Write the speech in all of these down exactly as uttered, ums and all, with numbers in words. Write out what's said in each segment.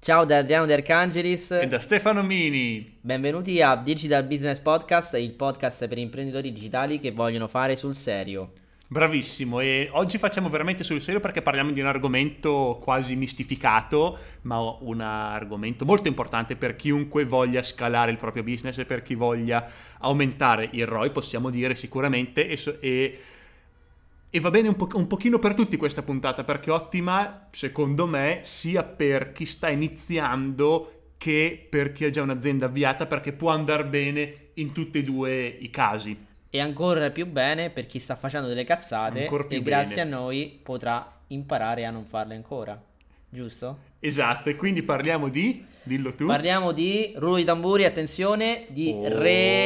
Ciao da Adriano De Arcangelis e da Stefano Mini. Benvenuti a Digital Business Podcast, il podcast per imprenditori digitali che vogliono fare sul serio. Bravissimo, e oggi facciamo veramente sul serio perché parliamo di un argomento quasi mistificato, ma un argomento molto importante per chiunque voglia scalare il proprio business e per chi voglia aumentare il R O I, possiamo dire sicuramente, e, e, e va bene un, po- un pochino per tutti questa puntata perché è ottima, secondo me, sia per chi sta iniziando che per chi ha già un'azienda avviata, perché può andare bene in tutti e due i casi. E ancora più bene per chi sta facendo delle cazzate e bene. grazie a noi potrà imparare a non farle ancora, giusto? Esatto, e quindi parliamo di, dillo tu. Parliamo di, rullo di tamburi, attenzione, di Oh,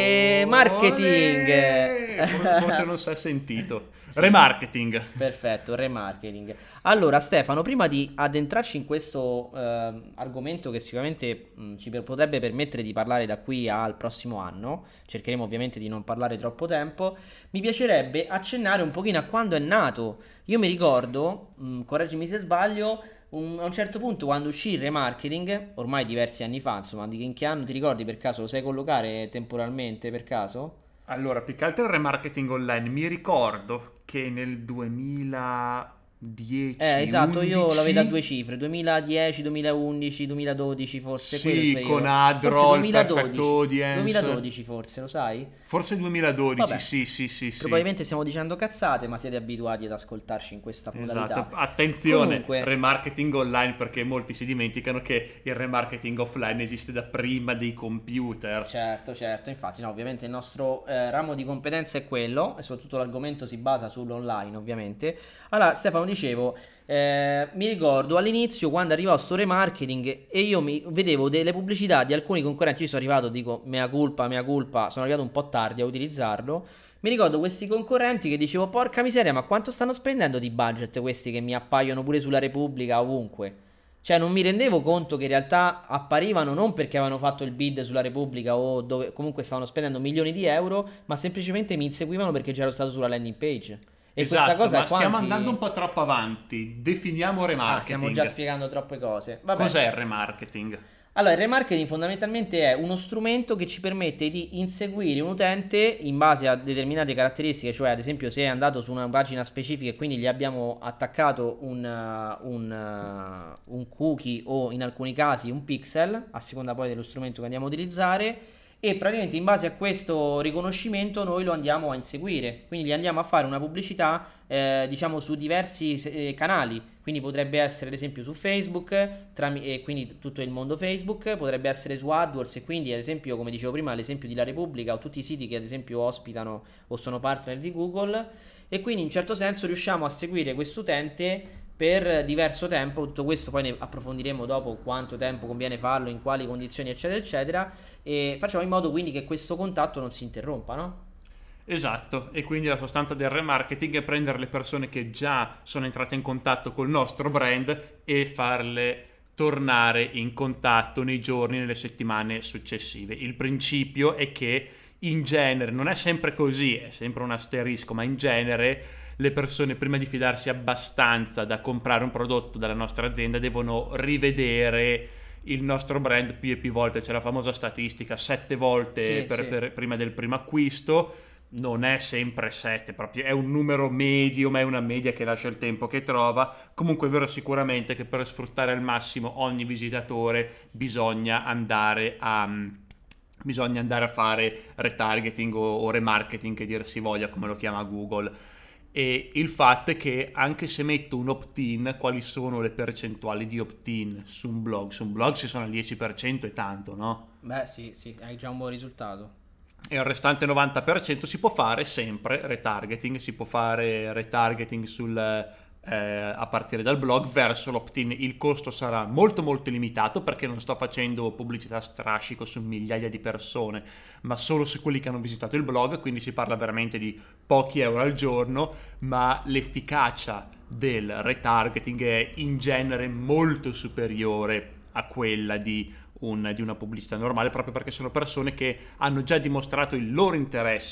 remarketing. Forse non si è sentito. Sì. Remarketing. Perfetto, remarketing. Allora Stefano, prima di addentrarci in questo eh, argomento che sicuramente mh, ci per, potrebbe permettere di parlare da qui al prossimo anno, cercheremo ovviamente di non parlare troppo tempo, mi piacerebbe accennare un pochino a quando è nato. Io mi ricordo, mh, correggimi se sbaglio, un, a un certo punto quando uscì il remarketing, ormai diversi anni fa, insomma, di in che anno ti ricordi per caso? Lo sai collocare temporalmente per caso? Allora, più che altro il remarketing online, mi ricordo che nel duemiladieci Eh, esatto, undici io la vedo a due cifre, duemiladieci, duemilaundici, duemiladodici forse, quello è il Sì, periodo. con Forse Adroll, duemiladodici, Perfect Audience. duemiladodici forse, lo sai? Forse duemiladodici, Vabbè, sì, sì, sì, sì. probabilmente stiamo dicendo cazzate, ma siete abituati ad ascoltarci in questa modalità. Esatto, attenzione, Comunque, remarketing online, perché molti si dimenticano che il remarketing offline esiste da prima dei computer. certo, certo, infatti no, ovviamente il nostro eh, ramo di competenza è quello e soprattutto l'argomento si basa sull'online ovviamente. Allora Stefano, dicevo, eh, mi ricordo all'inizio quando arrivò sto remarketing e io mi vedevo delle pubblicità di alcuni concorrenti, io sono arrivato, dico mea culpa, mea culpa, sono arrivato un po' tardi a utilizzarlo. Mi ricordo questi concorrenti che dicevo porca miseria, ma quanto stanno spendendo di budget questi che mi appaiono pure sulla Repubblica ovunque? Cioè non mi rendevo conto che in realtà apparivano non perché avevano fatto il bid sulla Repubblica o dove comunque stavano spendendo milioni di euro, ma semplicemente mi inseguivano perché già ero stato sulla landing page. E Esatto, questa cosa ma quanti... stiamo andando un po' troppo avanti. Definiamo remarketing. Ah, stiamo già spiegando troppe cose. Vabbè. Cos'è il remarketing? Allora, il remarketing fondamentalmente è uno strumento che ci permette di inseguire un utente in base a determinate caratteristiche, cioè ad esempio se è andato su una pagina specifica e quindi gli abbiamo attaccato un, uh, un, uh, un cookie o in alcuni casi un pixel, a seconda poi dello strumento che andiamo a utilizzare, e praticamente in base a questo riconoscimento noi lo andiamo a inseguire, quindi gli andiamo a fare una pubblicità eh, diciamo su diversi eh, canali, quindi potrebbe essere ad esempio su Facebook tram- e quindi tutto il mondo Facebook, potrebbe essere su AdWords e quindi ad esempio come dicevo prima l'esempio di La Repubblica o tutti i siti che ad esempio ospitano o sono partner di Google, e quindi in certo senso riusciamo a seguire questo utente per diverso tempo. Tutto questo poi ne approfondiremo dopo, quanto tempo conviene farlo, in quali condizioni eccetera eccetera, e facciamo in modo quindi che questo contatto non si interrompa, no? Esatto, e quindi la sostanza del remarketing è prendere le persone che già sono entrate in contatto col nostro brand e farle tornare in contatto nei giorni, nelle settimane successive. Il principio è che in genere, non è sempre così, è sempre un asterisco, ma in genere le persone prima di fidarsi abbastanza da comprare un prodotto dalla nostra azienda devono rivedere il nostro brand più e più volte. C'è la famosa statistica sette volte Sì, per, sì. per, prima del primo acquisto. Non è sempre sette, proprio è un numero medio, ma è una media che lascia il tempo che trova. Comunque è vero sicuramente che per sfruttare al massimo ogni visitatore bisogna andare a bisogna andare a fare retargeting o, o remarketing, che dir si voglia, come lo chiama Google. E il fatto è che anche se metto un opt-in, quali sono le percentuali di opt-in su un blog? Su un blog se sono al dieci per cento è tanto, no? Beh sì, sì, hai già un buon risultato. E il restante novanta per cento si può fare sempre retargeting, si può fare retargeting sul, eh, a partire dal blog verso l'opt-in. Il costo sarà molto molto limitato perché non sto facendo pubblicità a strascico su migliaia di persone, ma solo su quelli che hanno visitato il blog, quindi si parla veramente di pochi euro al giorno, ma l'efficacia del retargeting è in genere molto superiore a quella di Un, di una pubblicità normale, proprio perché sono persone che hanno già dimostrato il loro interesse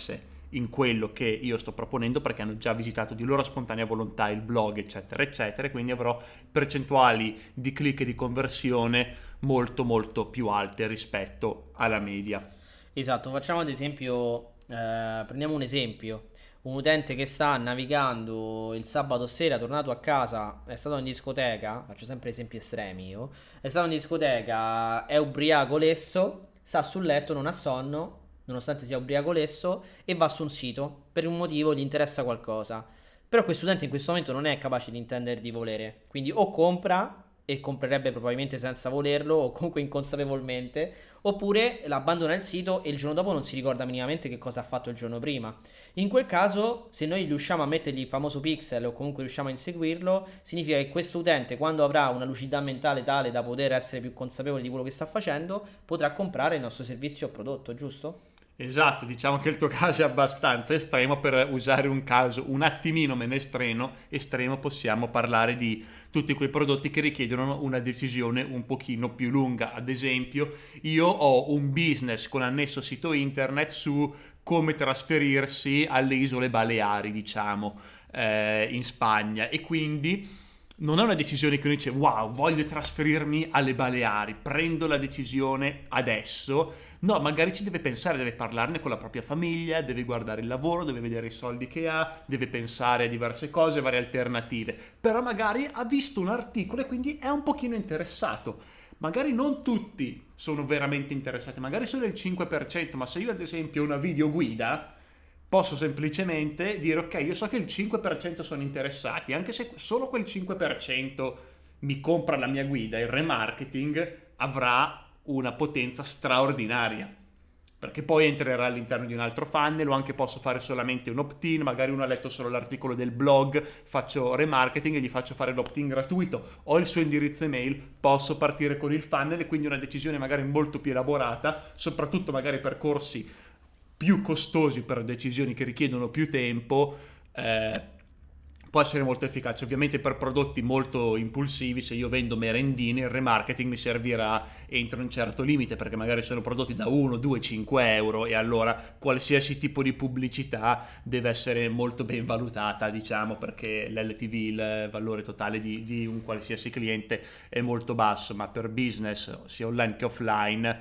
in quello che io sto proponendo perché hanno già visitato di loro spontanea volontà il blog, eccetera eccetera, quindi avrò percentuali di click e di conversione molto molto più alte rispetto alla media. Esatto, facciamo ad esempio, eh, prendiamo un esempio, un utente che sta navigando il sabato sera, tornato a casa, è stato in discoteca, faccio sempre esempi estremi io, è stato in discoteca, è ubriaco lesso, sta sul letto, non ha sonno, nonostante sia ubriaco lesso, e va su un sito, per un motivo gli interessa qualcosa. Però questo utente in questo momento non è capace di intendere di volere, quindi o compra e comprerebbe probabilmente senza volerlo o comunque inconsapevolmente, oppure abbandona il sito e il giorno dopo non si ricorda minimamente che cosa ha fatto il giorno prima. In quel caso, se noi riusciamo a mettergli il famoso pixel o comunque riusciamo a inseguirlo, significa che questo utente, quando avrà una lucidità mentale tale da poter essere più consapevole di quello che sta facendo, potrà comprare il nostro servizio o prodotto, giusto? Esatto, diciamo che il tuo caso è abbastanza estremo. Per usare un caso un attimino meno estremo, estremo possiamo parlare di tutti quei prodotti che richiedono una decisione un pochino più lunga. Ad esempio, io ho un business con annesso sito internet su come trasferirsi alle isole Baleari, diciamo, eh, in Spagna, e quindi non è una decisione che uno dice wow, voglio trasferirmi alle Baleari, prendo la decisione adesso. No, magari ci deve pensare, deve parlarne con la propria famiglia, deve guardare il lavoro, deve vedere i soldi che ha, deve pensare a diverse cose, varie alternative. Però magari ha visto un articolo e quindi è un pochino interessato. Magari non tutti sono veramente interessati, magari solo il cinque per cento, ma se io ad esempio ho una videoguida, posso semplicemente dire ok, io so che il cinque per cento sono interessati, anche se solo quel cinque per cento mi compra la mia guida, il remarketing avrà una potenza straordinaria, perché poi entrerà all'interno di un altro funnel, o anche posso fare solamente un opt-in, magari uno ha letto solo l'articolo del blog, faccio remarketing e gli faccio fare l'opt-in gratuito, ho il suo indirizzo email, posso partire con il funnel, e quindi una decisione magari molto più elaborata, soprattutto magari percorsi più costosi per decisioni che richiedono più tempo, eh, può essere molto efficace. Ovviamente per prodotti molto impulsivi, se io vendo merendine, il remarketing mi servirà entro un certo limite, perché magari sono prodotti da uno, due, cinque euro, e allora qualsiasi tipo di pubblicità deve essere molto ben valutata, diciamo, perché l'L T V, il valore totale di, di un qualsiasi cliente, è molto basso. Ma per business sia online che offline,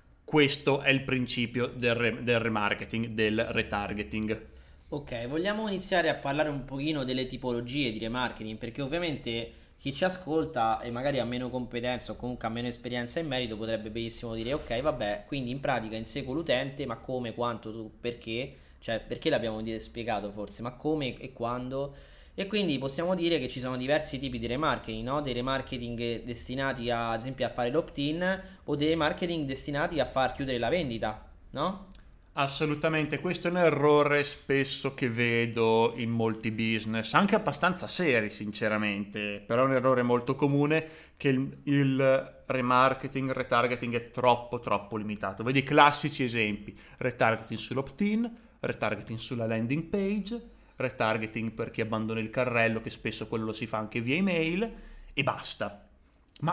questo è il principio del, re, del remarketing, del retargeting. Ok, vogliamo iniziare a parlare un pochino delle tipologie di remarketing, perché ovviamente chi ci ascolta e magari ha meno competenza o comunque ha meno esperienza in merito potrebbe benissimo dire ok, vabbè, quindi in pratica inseguo l'utente, ma come, quanto, tu, perché, cioè perché l'abbiamo spiegato forse, ma come e quando. E quindi possiamo dire che ci sono diversi tipi di remarketing, no? Dei remarketing destinati a, ad esempio a fare l'opt-in, o dei remarketing destinati a far chiudere la vendita, no? Assolutamente, questo è un errore spesso che vedo in molti business, anche abbastanza seri sinceramente, però è un errore molto comune, che il, il remarketing, il retargeting è troppo troppo limitato. Vedi i classici esempi: retargeting sull'opt-in, retargeting sulla landing page, retargeting per chi abbandona il carrello, che spesso quello lo si fa anche via email, e basta. Ma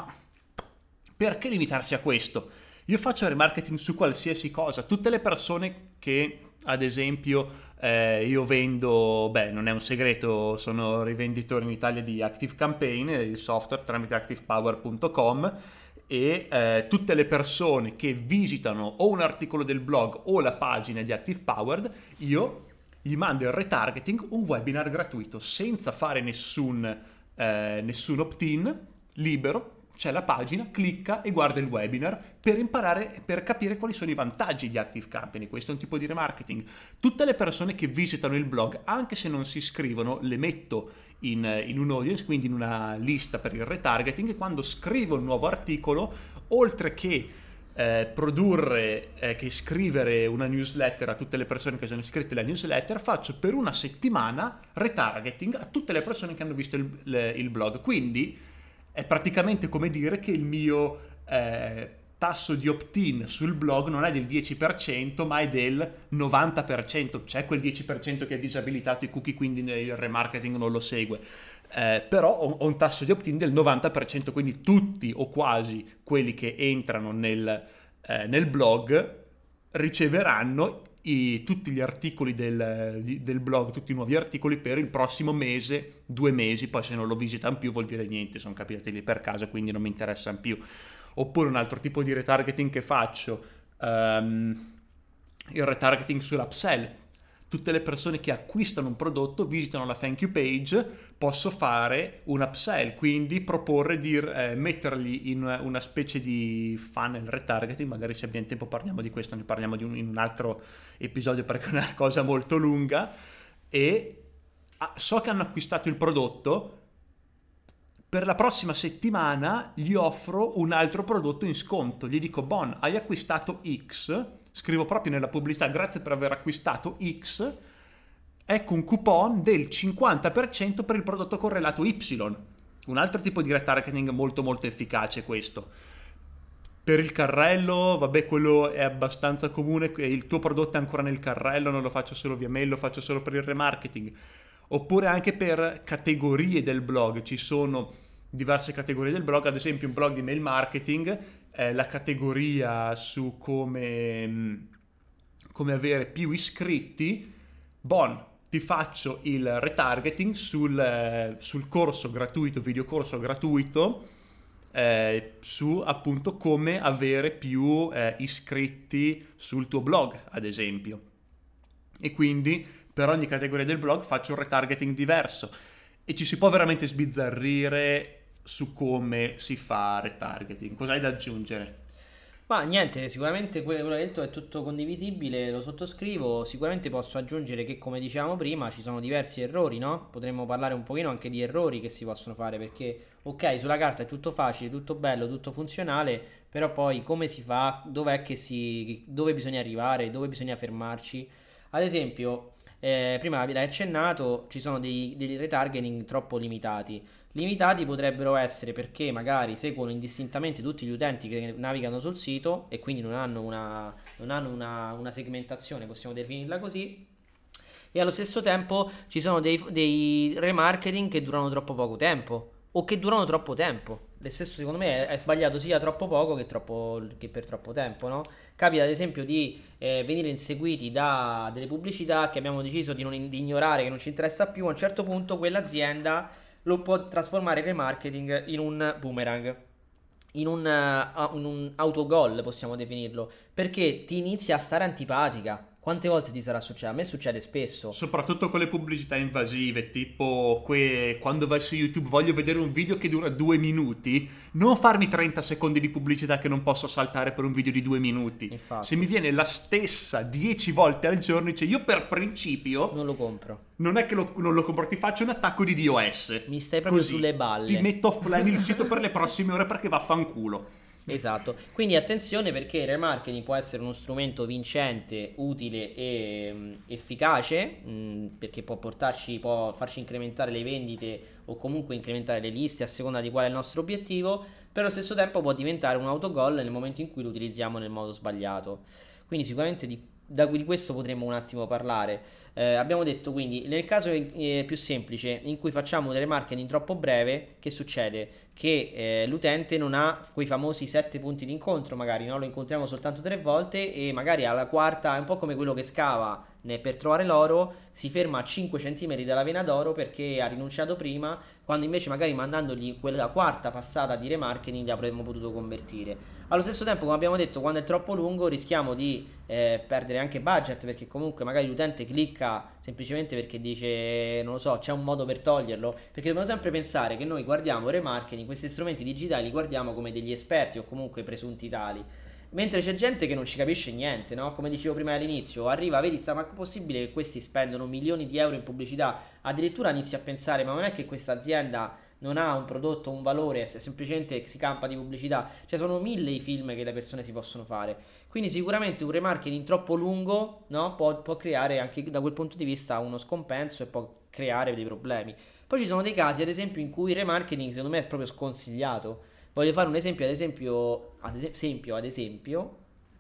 perché limitarsi a questo? Io faccio remarketing su qualsiasi cosa. Tutte le persone che, ad esempio, eh, io vendo, beh, non è un segreto, sono rivenditore in Italia di ActiveCampaign, il software, tramite active power punto com, e eh, tutte le persone che visitano o un articolo del blog o la pagina di ActivePowered, io gli mando il retargeting, un webinar gratuito, senza fare nessun, eh, nessun opt-in, libero. C'è la pagina, clicca e guarda il webinar per imparare, per capire quali sono i vantaggi di Active Campaign. Questo è un tipo di remarketing. Tutte le persone che visitano il blog, anche se non si iscrivono, le metto in, in un audience, quindi in una lista per il retargeting, e quando scrivo un nuovo articolo, oltre che eh, produrre, eh, che scrivere una newsletter a tutte le persone che sono iscritte alla newsletter, faccio per una settimana retargeting a tutte le persone che hanno visto il, le, il blog. Quindi è praticamente come dire che il mio eh, tasso di opt-in sul blog non è del dieci per cento, ma è del novanta per cento. C'è quel dieci per cento che è disabilitato i cookie, quindi il remarketing non lo segue. Eh, però ho, ho un tasso di opt-in del novanta per cento, quindi tutti o quasi quelli che entrano nel, eh, nel blog riceveranno i, tutti gli articoli del, di, del blog, tutti i nuovi articoli per il prossimo mese, due mesi, poi se non lo visitano più vuol dire niente, sono capitati lì per caso, quindi non mi interessano più. Oppure un altro tipo di retargeting che faccio, um, il retargeting sull'upsell. Tutte le persone che acquistano un prodotto, visitano la thank you page, posso fare un upsell, quindi proporre di eh, metterli in una, una specie di funnel retargeting, magari se abbiamo tempo parliamo di questo, ne parliamo di un, in un altro episodio perché è una cosa molto lunga, e ah, so che hanno acquistato il prodotto, per la prossima settimana gli offro un altro prodotto in sconto, gli dico Bon, hai acquistato X, scrivo proprio nella pubblicità grazie per aver acquistato X, ecco un coupon del cinquanta per cento per il prodotto correlato Y, un altro tipo di retargeting molto molto efficace questo. Per il carrello, vabbè, quello è abbastanza comune, il tuo prodotto è ancora nel carrello, non lo faccio solo via mail, lo faccio solo per il remarketing. Oppure anche per categorie del blog, ci sono diverse categorie del blog, ad esempio un blog di mail marketing, eh, la categoria su come, come avere più iscritti, bon, ti faccio il retargeting sul, eh, sul corso gratuito, videocorso gratuito, eh, su appunto come avere più eh, iscritti sul tuo blog, ad esempio. E quindi per ogni categoria del blog faccio un retargeting diverso e ci si può veramente sbizzarrire su come si fa retargeting. Cos'hai da aggiungere? Ma niente, sicuramente quello che hai detto è tutto condivisibile, lo sottoscrivo. Sicuramente posso aggiungere che, come dicevamo prima, ci sono diversi errori, no? Potremmo parlare un pochino anche di errori che si possono fare, perché ok, sulla carta è tutto facile, tutto bello, tutto funzionale, però poi come si fa, dov'è che si, dove bisogna arrivare, dove bisogna fermarci. Ad esempio, eh, prima l'hai accennato, ci sono dei, dei retargeting troppo limitati. Limitati potrebbero essere perché magari seguono indistintamente tutti gli utenti che navigano sul sito e quindi non hanno una, non hanno una, una segmentazione, possiamo definirla così, e allo stesso tempo ci sono dei, dei remarketing che durano troppo poco tempo o che durano troppo tempo. Lo stesso secondo me è, è sbagliato sia troppo poco che, troppo, che per troppo tempo, no? Capita ad esempio di eh, venire inseguiti da delle pubblicità che abbiamo deciso di, non, di ignorare, che non ci interessa più. A un certo punto quell'azienda lo può trasformare il remarketing in un boomerang, in un, uh, in un autogol possiamo definirlo, perché ti inizia a stare antipatica. Quante volte ti sarà successo? A me succede spesso. Soprattutto con le pubblicità invasive, tipo que... quando vai su YouTube voglio vedere un video che dura due minuti, non farmi trenta secondi di pubblicità che non posso saltare per un video di due minuti. Infatti. Se mi viene la stessa dieci volte al giorno, dice io per principio non lo compro. Non è che lo, non lo compro, ti faccio un attacco di DOS. Mi stai proprio Così, sulle balle. ti metto offline il sito per le prossime ore perché vaffanculo. Esatto, quindi attenzione, perché il remarketing può essere uno strumento vincente, utile e um, efficace, mh, perché può portarci, può farci incrementare le vendite o comunque incrementare le liste a seconda di qual è il nostro obiettivo, però allo stesso tempo può diventare un autogol nel momento in cui lo utilizziamo nel modo sbagliato. Quindi sicuramente di, da, di questo potremmo un attimo parlare. Eh, abbiamo detto quindi nel caso eh, più semplice in cui facciamo un remarketing troppo breve, che succede? Che eh, l'utente non ha quei famosi sette punti di incontro, magari no? Lo incontriamo soltanto tre volte e magari alla quarta è un po' come quello che scava né, per trovare l'oro, si ferma a cinque centimetri dalla vena d'oro perché ha rinunciato prima, quando invece magari mandandogli quella quarta passata di remarketing li avremmo potuto convertire. Allo stesso tempo, come abbiamo detto, quando è troppo lungo rischiamo di eh, perdere anche budget, perché comunque magari l'utente clicca semplicemente perché dice, non lo so, c'è un modo per toglierlo, perché dobbiamo sempre pensare che noi guardiamo remarketing, questi strumenti digitali li guardiamo come degli esperti o comunque presunti tali, mentre c'è gente che non ci capisce niente, no? Come dicevo prima all'inizio, arriva, vedi, sta, ma è possibile che questi spendono milioni di euro in pubblicità? Addirittura inizi a pensare, ma non è che questa azienda non ha un prodotto, un valore, se semplicemente si campa di pubblicità? Cioè sono mille i film che le persone si possono fare, quindi sicuramente un remarketing troppo lungo, no? può, può creare anche da quel punto di vista uno scompenso e può creare dei problemi. Poi ci sono dei casi ad esempio in cui il remarketing secondo me è proprio sconsigliato. Voglio fare un esempio ad esempio ad esempio ad esempio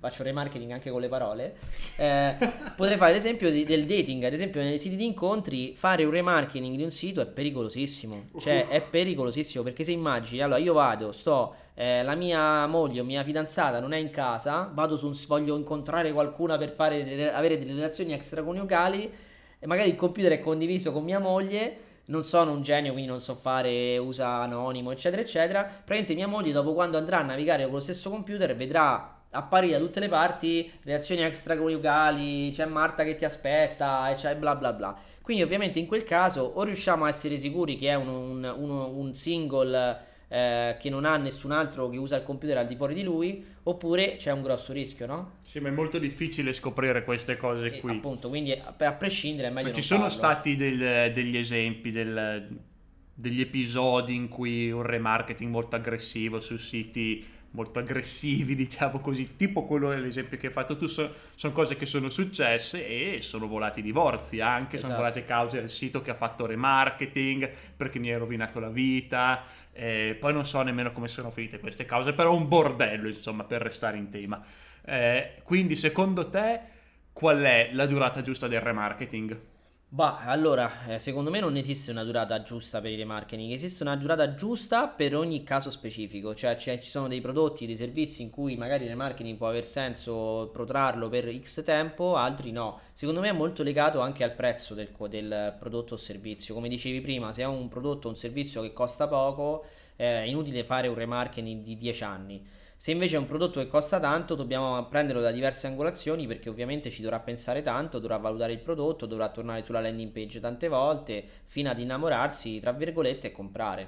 faccio remarketing anche con le parole, eh, potrei fare l'esempio di, del dating. Ad esempio nei siti di incontri fare un remarketing di un sito è pericolosissimo, cioè è pericolosissimo, perché se immagini, allora io vado, sto, eh, la mia moglie o mia fidanzata non è in casa, vado su un, voglio incontrare qualcuna per fare, delle- avere delle relazioni extraconiugali e magari il computer è condiviso con mia moglie. Non sono un genio, quindi non so fare usa anonimo, eccetera, eccetera. Praticamente mia moglie, dopo, quando andrà a navigare con lo stesso computer, vedrà apparire da tutte le parti reazioni extraconiugali, c'è Marta che ti aspetta, e c'è bla bla bla. Quindi ovviamente in quel caso o riusciamo a essere sicuri che è un, un- uno- un single, eh, che non ha nessun altro che usa il computer al di fuori di lui, oppure c'è un grosso rischio, no? Sì, ma è molto difficile scoprire queste cose E, qui. appunto, quindi a, a prescindere è meglio Ma ci non sono farlo. stati del- degli esempi, del- degli episodi in cui un remarketing molto aggressivo su siti molto aggressivi, diciamo così, tipo quello dell'esempio che hai fatto tu, so- sono cose che sono successe e sono volati divorzi anche, sono Esatto. volate cause del sito che ha fatto remarketing perché mi hai rovinato la vita, eh, poi non so nemmeno come sono finite queste cause, però un bordello, insomma, per restare in tema. Eh, quindi secondo te qual è la durata giusta del remarketing? Bah, allora, eh, secondo me non esiste una durata giusta per il remarketing, esiste una durata giusta per ogni caso specifico, cioè c'è- ci sono dei prodotti, dei servizi in cui magari il remarketing può aver senso protrarlo per X tempo, altri no. Secondo me è molto legato anche al prezzo del, co- del prodotto o servizio, come dicevi prima, se è un prodotto o un servizio che costa poco, eh, è inutile fare un remarketing di dieci anni. Se invece è un prodotto che costa tanto, dobbiamo prenderlo da diverse angolazioni, perché ovviamente ci dovrà pensare tanto, dovrà valutare il prodotto, dovrà tornare sulla landing page tante volte fino ad innamorarsi, tra virgolette, e comprare.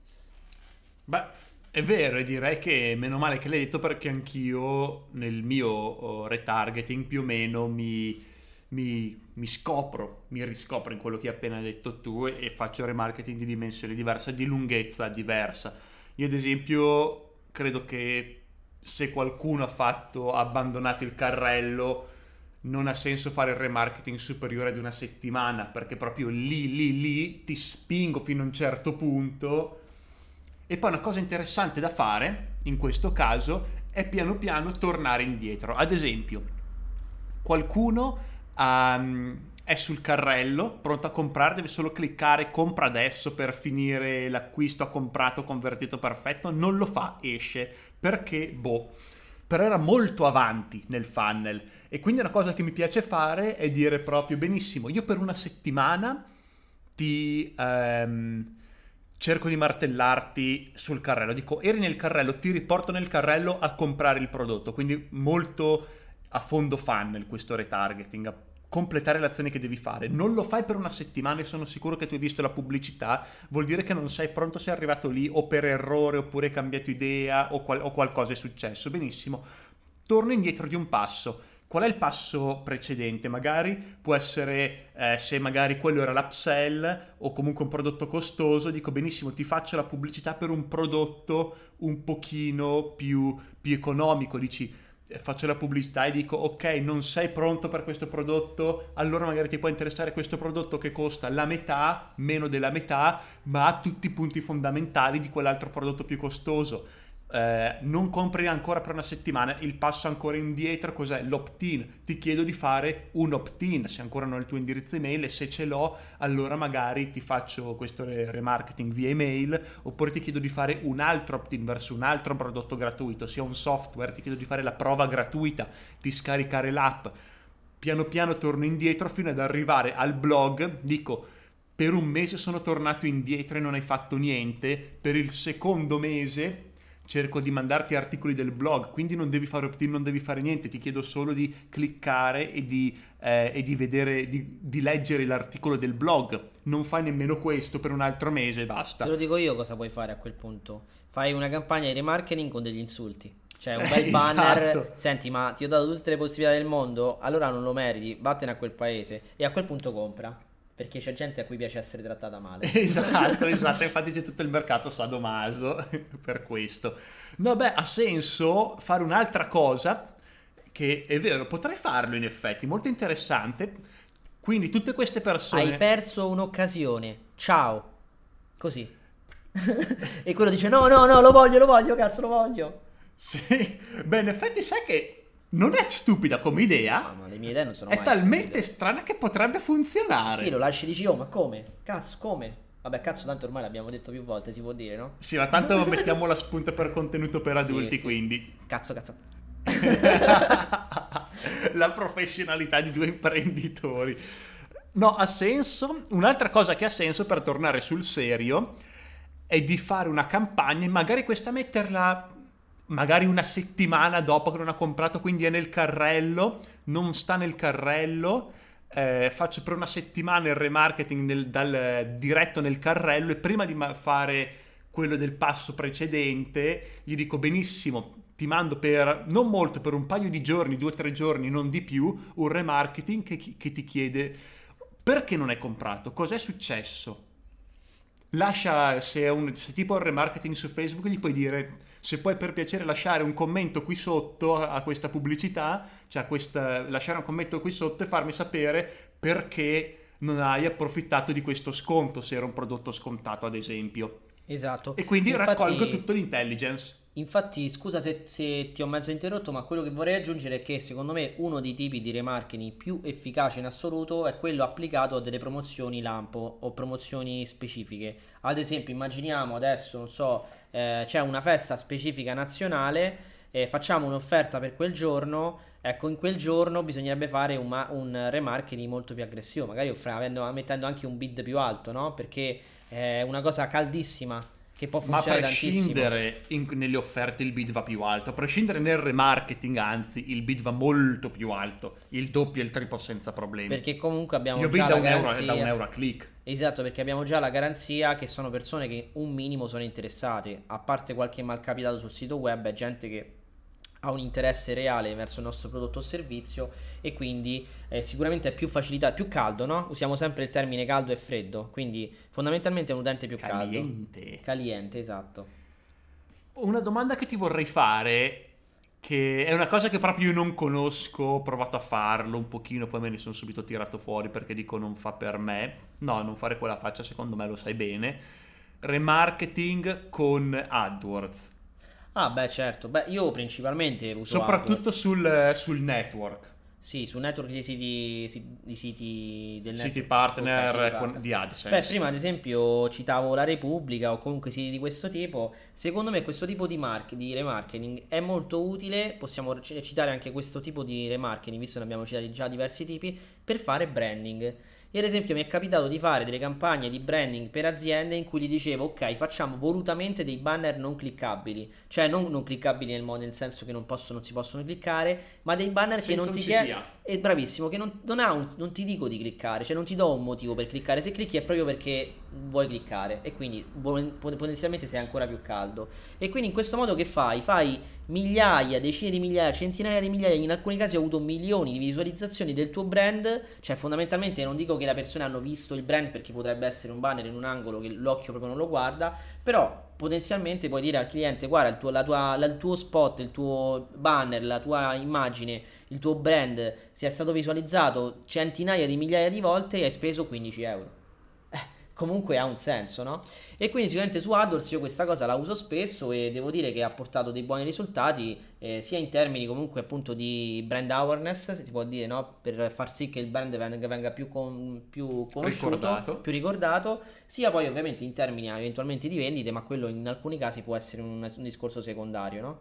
Beh, è vero, e direi che meno male che l'hai detto perché anch'io nel mio oh, retargeting più o meno mi, mi- mi scopro, mi riscopro in quello che hai appena detto tu e, e faccio remarketing di dimensione diversa, di lunghezza diversa. Io ad esempio credo che se qualcuno ha fatto, ha abbandonato il carrello, non ha senso fare il remarketing superiore ad una settimana, perché proprio lì, lì, lì ti spingo fino a un certo punto. E poi una cosa interessante da fare, in questo caso, è piano piano tornare indietro. Ad esempio, qualcuno um, è sul carrello, pronto a comprare, deve solo cliccare compra adesso per finire l'acquisto, ha comprato, convertito perfetto, non lo fa, esce, perché boh. Però era molto avanti nel funnel e quindi una cosa che mi piace fare è dire proprio benissimo, io per una settimana ti ehm, cerco di martellarti sul carrello, dico eri nel carrello, ti riporto nel carrello a comprare il prodotto, quindi molto a fondo funnel questo retargeting, a completare l'azione che devi fare. Non lo fai per una settimana e sono sicuro che tu hai visto la pubblicità, vuol dire che non sei pronto, sei arrivato lì o per errore oppure hai cambiato idea o, qual- o qualcosa è successo. Benissimo, torno indietro di un passo. Qual è il passo precedente? Magari può essere, eh, se magari quello era l'upsell o comunque un prodotto costoso, dico benissimo, ti faccio la pubblicità per un prodotto un pochino più, più economico, dici eh, faccio la pubblicità e dico ok, non sei pronto per questo prodotto, allora magari ti può interessare questo prodotto che costa la metà, meno della metà, ma ha tutti i punti fondamentali di quell'altro prodotto più costoso. Eh, non compri ancora per una settimana, il passo ancora indietro cos'è? L'opt-in. Ti chiedo di fare un opt-in se ancora non ho il tuo indirizzo email, e se ce l'ho allora magari ti faccio questo re- remarketing via email, oppure ti chiedo di fare un altro opt-in verso un altro prodotto gratuito, sia un software, ti chiedo di fare la prova gratuita, di scaricare l'app. Piano piano torno indietro fino ad arrivare al blog, dico per un mese sono tornato indietro e non hai fatto niente, per il secondo mese cerco di mandarti articoli del blog, quindi non devi fare opt-in, non devi fare niente, ti chiedo solo di cliccare e di, eh, e di vedere, di, di leggere l'articolo del blog. Non fai nemmeno questo per un altro mese e basta. Te lo dico io cosa puoi fare a quel punto. Fai una campagna di remarketing con degli insulti. Cioè un bel banner, Esatto. senti ma ti ho dato tutte le possibilità del mondo, allora non lo meriti, vattene a quel paese. E a quel punto compra, perché c'è gente a cui piace essere trattata male. Esatto, esatto, infatti c'è tutto il mercato sadomaso per questo. No, beh, ha senso fare un'altra cosa, che è vero, potrei farlo in effetti, molto interessante. Quindi tutte queste persone... Hai perso un'occasione, ciao. Così. E quello dice no, no, no, lo voglio, lo voglio, cazzo, lo voglio. Sì, beh, in effetti sai che non è stupida come idea, no, ma le mie idee non sono è mai talmente stupide. strana che potrebbe funzionare. Sì, lo lasci e dici, oh, ma come? Cazzo, come? Vabbè, cazzo, tanto ormai l'abbiamo detto più volte, si può dire, no? Sì, ma tanto mettiamo la spunta per contenuto per Sì, adulti, sì, quindi. sì. Cazzo, cazzo. La professionalità di due imprenditori. No, ha senso. Un'altra cosa che ha senso, per tornare sul serio, è di fare una campagna e magari questa metterla magari una settimana dopo che non ha comprato, quindi è nel carrello, non sta nel carrello, eh, faccio per una settimana il remarketing nel, dal, diretto nel carrello, e prima di ma- fare quello del passo precedente gli dico: benissimo, ti mando per non molto, per un paio di giorni, due o tre giorni, non di più, un remarketing che, che ti chiede perché non hai comprato, cos'è successo. Lascia, se è un se tipo il remarketing su Facebook, gli puoi dire: se puoi per piacere lasciare un commento qui sotto a, a questa pubblicità, cioè a questa, lasciare un commento qui sotto e farmi sapere perché non hai approfittato di questo sconto, se era un prodotto scontato ad esempio. Esatto. E quindi Infatti- raccolgo tutto l'intelligence. Infatti, scusa se, se ti ho mezzo interrotto, ma quello che vorrei aggiungere è che secondo me uno dei tipi di remarketing più efficace in assoluto è quello applicato a delle promozioni lampo o promozioni specifiche. Ad esempio, immaginiamo adesso, non so, eh, c'è una festa specifica nazionale, eh, facciamo un'offerta per quel giorno. Ecco, in quel giorno bisognerebbe fare un, ma- un remarketing molto più aggressivo, magari offre- avendo- mettendo anche un bid più alto, no? Perché è una cosa caldissima che può Ma a funzionare tantissimo. prescindere in- nelle offerte il bid va più alto, a prescindere nel remarketing, anzi, il bid va molto più alto, il doppio e il triplo senza problemi. Perché comunque abbiamo Io già bid da la un, euro, garanzia. da un euro a click. Esatto, perché abbiamo già la garanzia che sono persone che un minimo sono interessate, a parte qualche malcapitato sul sito web, è gente che ha un interesse reale verso il nostro prodotto o servizio, e quindi eh, sicuramente è più facilità, più caldo, no? Usiamo sempre il termine caldo e freddo, quindi fondamentalmente è un utente più Caliente. caldo. Caliente, esatto. Una domanda che ti vorrei fare, che è una cosa che proprio io non conosco, ho provato a farlo un pochino, poi me ne sono subito tirato fuori perché dico non fa per me. No, non fare quella faccia, secondo me lo sai bene. Remarketing con AdWords. Ah, beh, certo. Beh, io principalmente uso Soprattutto AdWords. sul, sul network. Sì, su network di siti, si- di siti del Siti network. partner, Ok, siti con- partner. di AdSense. Beh, prima ad esempio citavo la Repubblica o comunque siti di questo tipo. Secondo me questo tipo di, mark- di remarketing è molto utile. Possiamo c- citare anche questo tipo di remarketing, visto che ne abbiamo citati già diversi tipi, per fare branding. Io ad esempio mi è capitato di fare delle campagne di branding per aziende in cui gli dicevo: ok, facciamo volutamente dei banner non cliccabili, cioè non, non cliccabili nel, modo, nel senso che non, possono, non si possono cliccare, ma dei banner che Senza non un ti C T A. chiedono. È bravissimo, che non, non ha un- non ti dico di cliccare, cioè non ti do un motivo per cliccare. Se clicchi è proprio perché vuoi cliccare, e quindi vol- potenzialmente sei ancora più caldo. E quindi in questo modo che fai? Fai migliaia, decine di migliaia, centinaia di migliaia, in alcuni casi ho avuto milioni di visualizzazioni del tuo brand. Cioè fondamentalmente non dico che le persone hanno visto il brand, perché potrebbe essere un banner in un angolo che l'occhio proprio non lo guarda, però potenzialmente puoi dire al cliente: guarda, il tuo, la tua, la- il tuo spot, il tuo banner, la tua immagine, il tuo brand sia stato visualizzato centinaia di migliaia di volte e hai speso quindici euro. Eh, comunque ha un senso, no? E quindi sicuramente su AdWords io questa cosa la uso spesso, e devo dire che ha portato dei buoni risultati, eh, sia in termini comunque appunto di brand awareness, se si può dire, no? Per far sì che il brand venga, venga più, con- più conosciuto, Ricordato. più ricordato, sia poi ovviamente in termini eventualmente di vendite, ma quello in alcuni casi può essere un, un discorso secondario, no?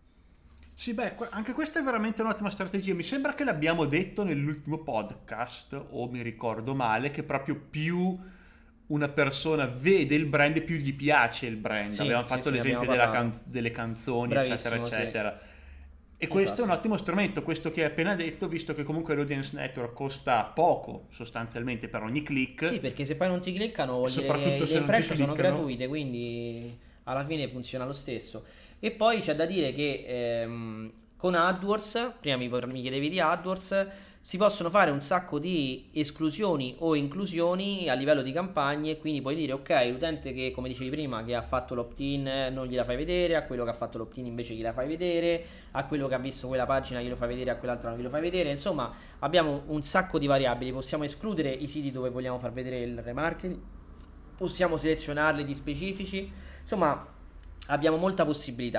Sì, beh, que- anche questa è veramente un'ottima strategia. Mi sembra che l'abbiamo detto nell'ultimo podcast, o mi ricordo male, che proprio più una persona vede il brand, più gli piace il brand. Sì, Abbiamo sì, fatto sì, ne l'esempio abbiamo della parlato. canz- delle canzoni, Bravissimo, eccetera, sì. eccetera. E questo Esatto. è un ottimo strumento, questo che hai appena detto, visto che comunque l'Audience Network costa poco sostanzialmente per ogni click. Sì, perché se poi non ti cliccano vuol dire soprattutto che se le non ti impression sono cliccano. gratuite, quindi alla fine funziona lo stesso. E poi c'è da dire che ehm, con AdWords, prima mi, mi chiedevi di AdWords, si possono fare un sacco di esclusioni o inclusioni a livello di campagne, quindi puoi dire: ok, l'utente che, come dicevi prima, che ha fatto l'opt-in eh, non gliela fai vedere, a quello che ha fatto l'opt-in invece gliela fai vedere, a quello che ha visto quella pagina glielo fai vedere, a quell'altra non glielo fai vedere. Insomma, abbiamo un sacco di variabili, possiamo escludere i siti dove vogliamo far vedere il remarketing, possiamo selezionarli di specifici, insomma abbiamo molta possibilità.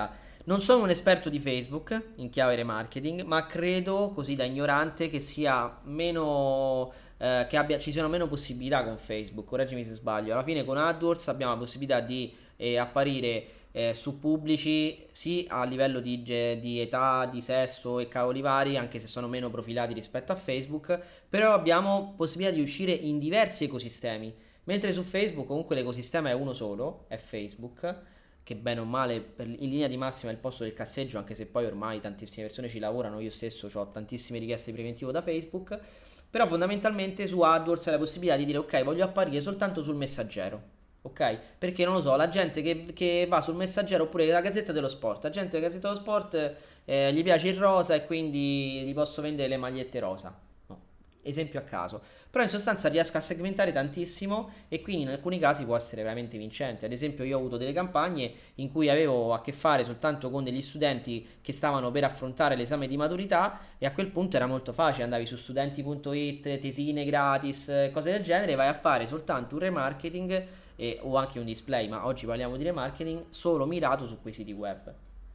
Non sono un esperto di Facebook in chiave remarketing, ma credo, così da ignorante, che sia meno eh, che abbia, ci siano meno possibilità con Facebook. Correggimi se sbaglio. Alla fine con AdWords abbiamo la possibilità di eh, apparire eh, su pubblici, sì, a livello di, ge- di età, di sesso e cavoli vari, anche se sono meno profilati rispetto a Facebook, però abbiamo possibilità di uscire in diversi ecosistemi. Mentre su Facebook comunque l'ecosistema è uno solo, è Facebook, che bene o male per- in linea di massima è il posto del cazzeggio, anche se poi ormai tantissime persone ci lavorano, io stesso ho tantissime richieste di preventivo da Facebook, però fondamentalmente su AdWords hai la possibilità di dire ok, voglio apparire soltanto sul messaggero, ok? Perché non lo so, la gente che, che va sul messaggero oppure la Gazzetta dello Sport, la gente della Gazzetta dello Sport eh, gli piace il rosa e quindi gli posso vendere le magliette rosa. No, esempio a caso. Però in sostanza riesco a segmentare tantissimo e quindi in alcuni casi può essere veramente vincente. Ad esempio io ho avuto delle campagne in cui avevo a che fare soltanto con degli studenti che stavano per affrontare l'esame di maturità e a quel punto era molto facile, andavi su studenti punto it, tesine gratis, cose del genere, vai a fare soltanto un remarketing e, o anche un display, ma oggi parliamo di remarketing solo mirato su quei siti web.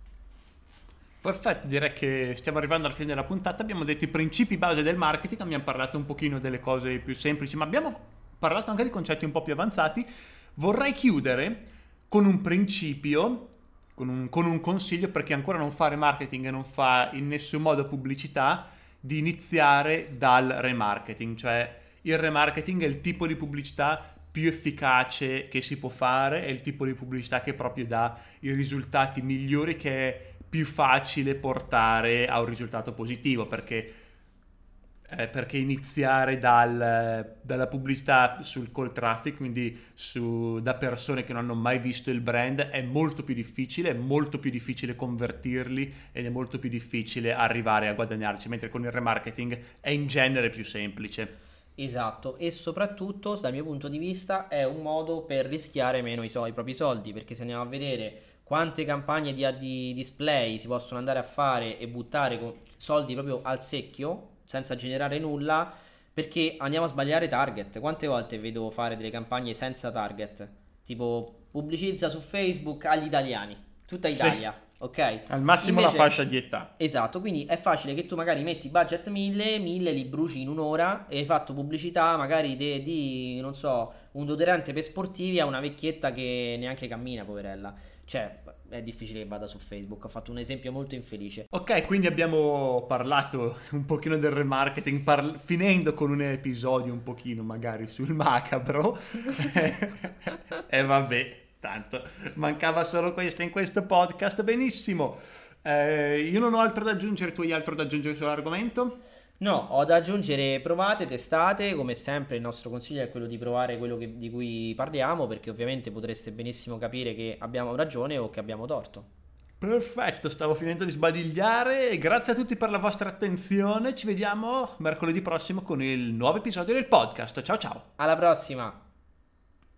Perfetto, direi che stiamo arrivando alla fine della puntata. Abbiamo detto i principi base del marketing, abbiamo parlato un pochino delle cose più semplici, ma abbiamo parlato anche di concetti un po' più avanzati. Vorrei chiudere con un principio, con un, con un consiglio per chi ancora non fa remarketing e non fa in nessun modo pubblicità, di iniziare dal remarketing. Cioè il remarketing è il tipo di pubblicità più efficace che si può fare, è il tipo di pubblicità che proprio dà i risultati migliori, che è più facile portare a un risultato positivo, perché, eh, perché iniziare dal, dalla pubblicità sul call traffic, quindi su, da persone che non hanno mai visto il brand, è molto più difficile, è molto più difficile convertirli ed è molto più difficile arrivare a guadagnarci, mentre con il remarketing è in genere più semplice. Esatto, e soprattutto dal mio punto di vista è un modo per rischiare meno i, so- i propri soldi, perché se andiamo a vedere quante campagne di, di display si possono andare a fare e buttare con soldi proprio al secchio, senza generare nulla, perché andiamo a sbagliare target. Quante volte vedo fare delle campagne senza target? Tipo pubblicizza su Facebook agli italiani, tutta Italia. Sì. Ok? Al massimo invece, la fascia di età. Esatto, quindi è facile che tu magari metti budget mille, mille li bruci in un'ora e hai fatto pubblicità magari di, di, non so, un deodorante per sportivi a una vecchietta che neanche cammina, poverella. Cioè, è difficile che vada su Facebook. Ho fatto un esempio molto infelice. Ok, quindi abbiamo parlato un pochino del remarketing, parla- finendo con un episodio un pochino magari sul macabro. E vabbè. Tanto mancava solo questo in questo podcast. Benissimo, eh, io non ho altro da aggiungere. Tu hai altro da aggiungere sull'argomento? No, ho da aggiungere: provate, testate. Come sempre il nostro consiglio è quello di provare quello che- di cui parliamo, perché ovviamente potreste benissimo capire che abbiamo ragione o che abbiamo torto. Perfetto, stavo finendo di sbadigliare. Grazie a tutti per la vostra attenzione. Ci vediamo mercoledì prossimo con il nuovo episodio del podcast. Ciao ciao. Alla prossima!